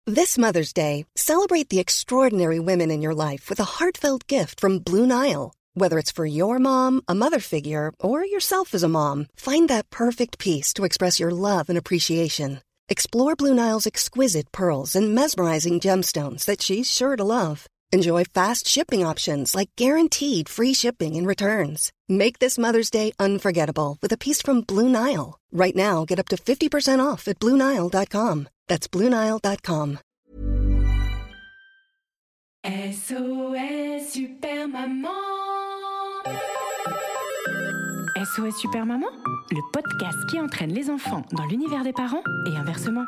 This Mother's Day, celebrate the extraordinary women in your life with a heartfelt gift from Blue Nile. Whether it's for your mom, a mother figure, or yourself as a mom, find that perfect piece to express your love and appreciation. Explore Blue Nile's exquisite pearls and mesmerizing gemstones that she's sure to love. Enjoy fast shipping options like guaranteed free shipping and returns. Make this Mother's Day unforgettable with a piece from Blue Nile. Right now, get up to 50% off at BlueNile.com. That's BlueNile.com. SOS Super Maman. SOS Super Maman, le podcast qui entraîne les enfants dans l'univers des parents et inversement.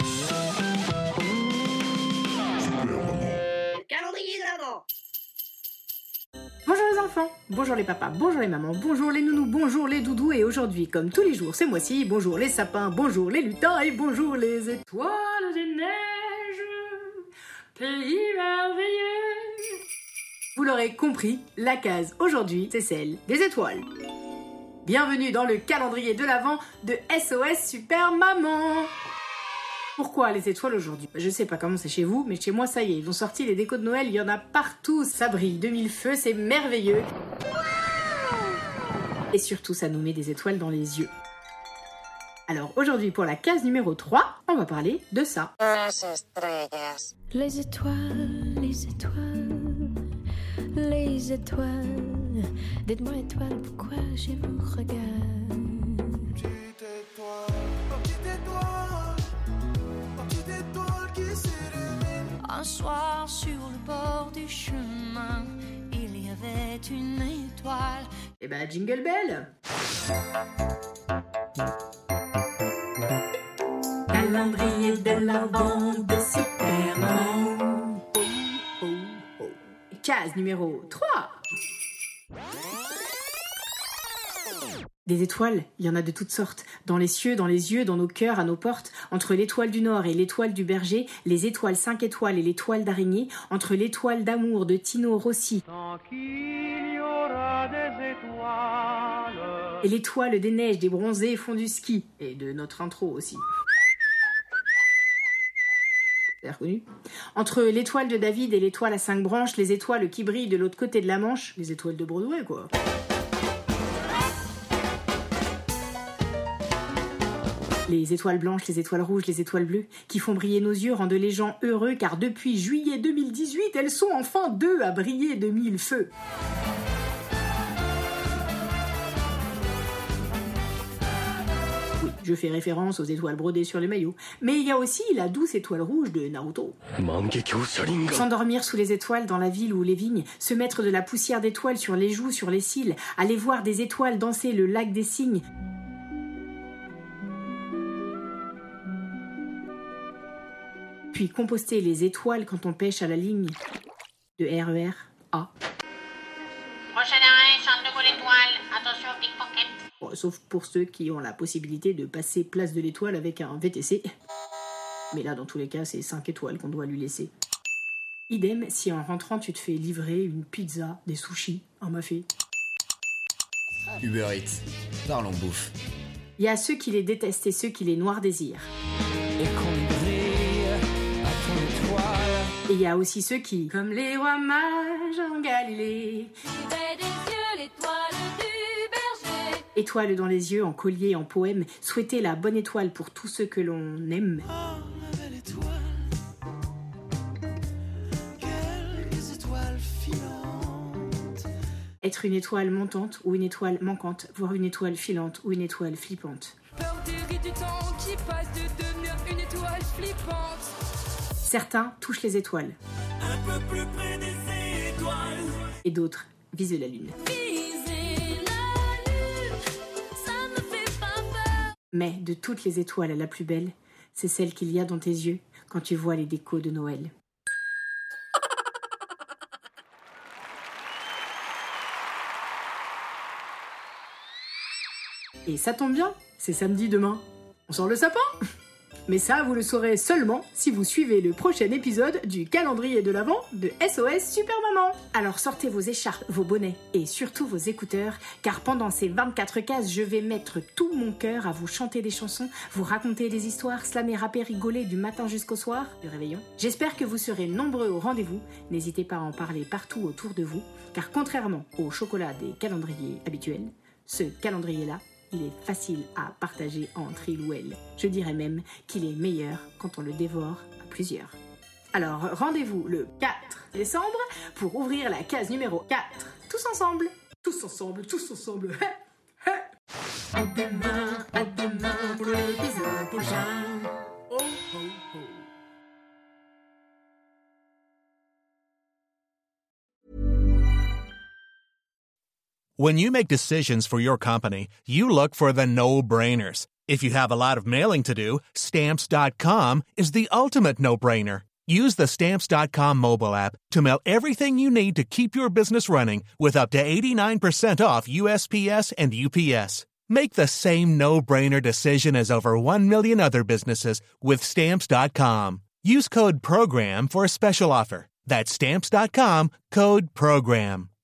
Bonjour les enfants, bonjour les papas, bonjour les mamans, bonjour les nounous, bonjour les doudous, et aujourd'hui, comme tous les jours, c'est moi-ci, bonjour les sapins, bonjour les lutins et bonjour les étoiles des neiges, pays merveilleux. Vous l'aurez compris, la case aujourd'hui, c'est celle des étoiles. Bienvenue dans le calendrier de l'Avent de SOS Super Maman. Pourquoi les étoiles aujourd'hui ? Je sais pas comment c'est chez vous, mais chez moi ça y est, ils ont sorti les décos de Noël, il y en a partout, ça brille de mille feux, c'est merveilleux. Et surtout, ça nous met des étoiles dans les yeux. Alors aujourd'hui, pour la case numéro 3, on va parler de ça. Les étoiles, les étoiles, les étoiles. Dites-moi étoile, pourquoi je vous regarde. Petite étoile, petite étoile qui s'illumine. Un soir sur le bord du chemin, il y avait une étoile. Et bah jingle bell. Calendrier de l'Avent de Superman. Oh, oh, oh. Case numéro 3. Des étoiles, il y en a de toutes sortes. Dans les cieux, dans les yeux, dans nos cœurs, à nos portes. Entre l'étoile du Nord et l'étoile du Berger, les étoiles 5 étoiles et l'étoile d'araignée. Entre l'étoile d'amour de Tino Rossi Tant qu'il y aura des étoiles. et l'étoile des neiges des bronzés font du ski. Et de notre intro aussi. C'est reconnu. Entre l'étoile de David et l'étoile à 5 branches, les étoiles qui brillent de l'autre côté de la Manche. Les étoiles de Broadway, quoi. Les étoiles blanches, les étoiles rouges, les étoiles bleues, qui font briller nos yeux, rendent les gens heureux, car depuis juillet 2018, elles sont enfin 2 à briller de 1000 feux. Oui, je fais référence aux étoiles brodées sur les maillots. Mais il y a aussi la douce étoile rouge de Naruto. S'endormir sous les étoiles dans la ville ou les vignes, se mettre de la poussière d'étoiles sur les joues, sur les cils, aller voir des étoiles danser le lac des cygnes. Puis composter les étoiles quand on pêche à la ligne de RER A. Prochain arrêt, centre de vol étoile. Attention, pickpocket. Bon, sauf pour ceux qui ont la possibilité de passer place de l'Étoile avec un VTC. Mais là, dans tous les cas, c'est 5 étoiles qu'on doit lui laisser. Idem si en rentrant, tu te fais livrer une pizza, des sushis, un mafé. Uber Eats, parlons bouffe. Il y a ceux qui les détestent et ceux qui les noirs désirent. Et qu'on brille à ton étoile. Et il y a aussi ceux qui, comme les rois mages en Galilée, Près des yeux, l'étoile du berger. étoiles dans les yeux, en collier, en poème, souhaiter la bonne étoile pour tous ceux que l'on aime. Oh, ma belle étoile. Quelles étoiles filantes. Être une étoile montante ou une étoile manquante, voire une étoile filante ou une étoile flippante. Peur du temps qui passe de devenir une étoile flippante. Certains touchent les étoiles. Un peu plus près des étoiles. Et d'autres visent la lune. Viser la lune, ça me fait pas peur. Mais de toutes les étoiles, la plus belle, c'est celle qu'il y a dans tes yeux quand tu vois les décos de Noël. Et ça tombe bien, c'est samedi demain. On sort le sapin. Mais ça, vous le saurez seulement si vous suivez le prochain épisode du calendrier de l'Avent de SOS Super Maman. Alors sortez vos écharpes, vos bonnets et surtout vos écouteurs, car pendant ces 24 cases, je vais mettre tout mon cœur à vous chanter des chansons, vous raconter des histoires, slammer, rapper, rigoler du matin jusqu'au soir, du réveillon. J'espère que vous serez nombreux au rendez-vous. N'hésitez pas à en parler partout autour de vous, car contrairement au chocolat des calendriers habituels, ce calendrier-là, il est facile à partager entre il ou elle. Je dirais même qu'il est meilleur quand on le dévore à plusieurs. Alors, rendez-vous le 4 décembre pour ouvrir la case numéro 4. Tous ensemble. Tous ensemble, tous ensemble. À demain pour l'épisode prochain. Oh, oh, oh. When you make decisions for your company, you look for the no-brainers. If you have a lot of mailing to do, Stamps.com is the ultimate no-brainer. Use the Stamps.com mobile app to mail everything you need to keep your business running with up to 89% off USPS and UPS. Make the same no-brainer decision as over 1 million other businesses with Stamps.com. Use code PROGRAM for a special offer. That's Stamps.com, code PROGRAM.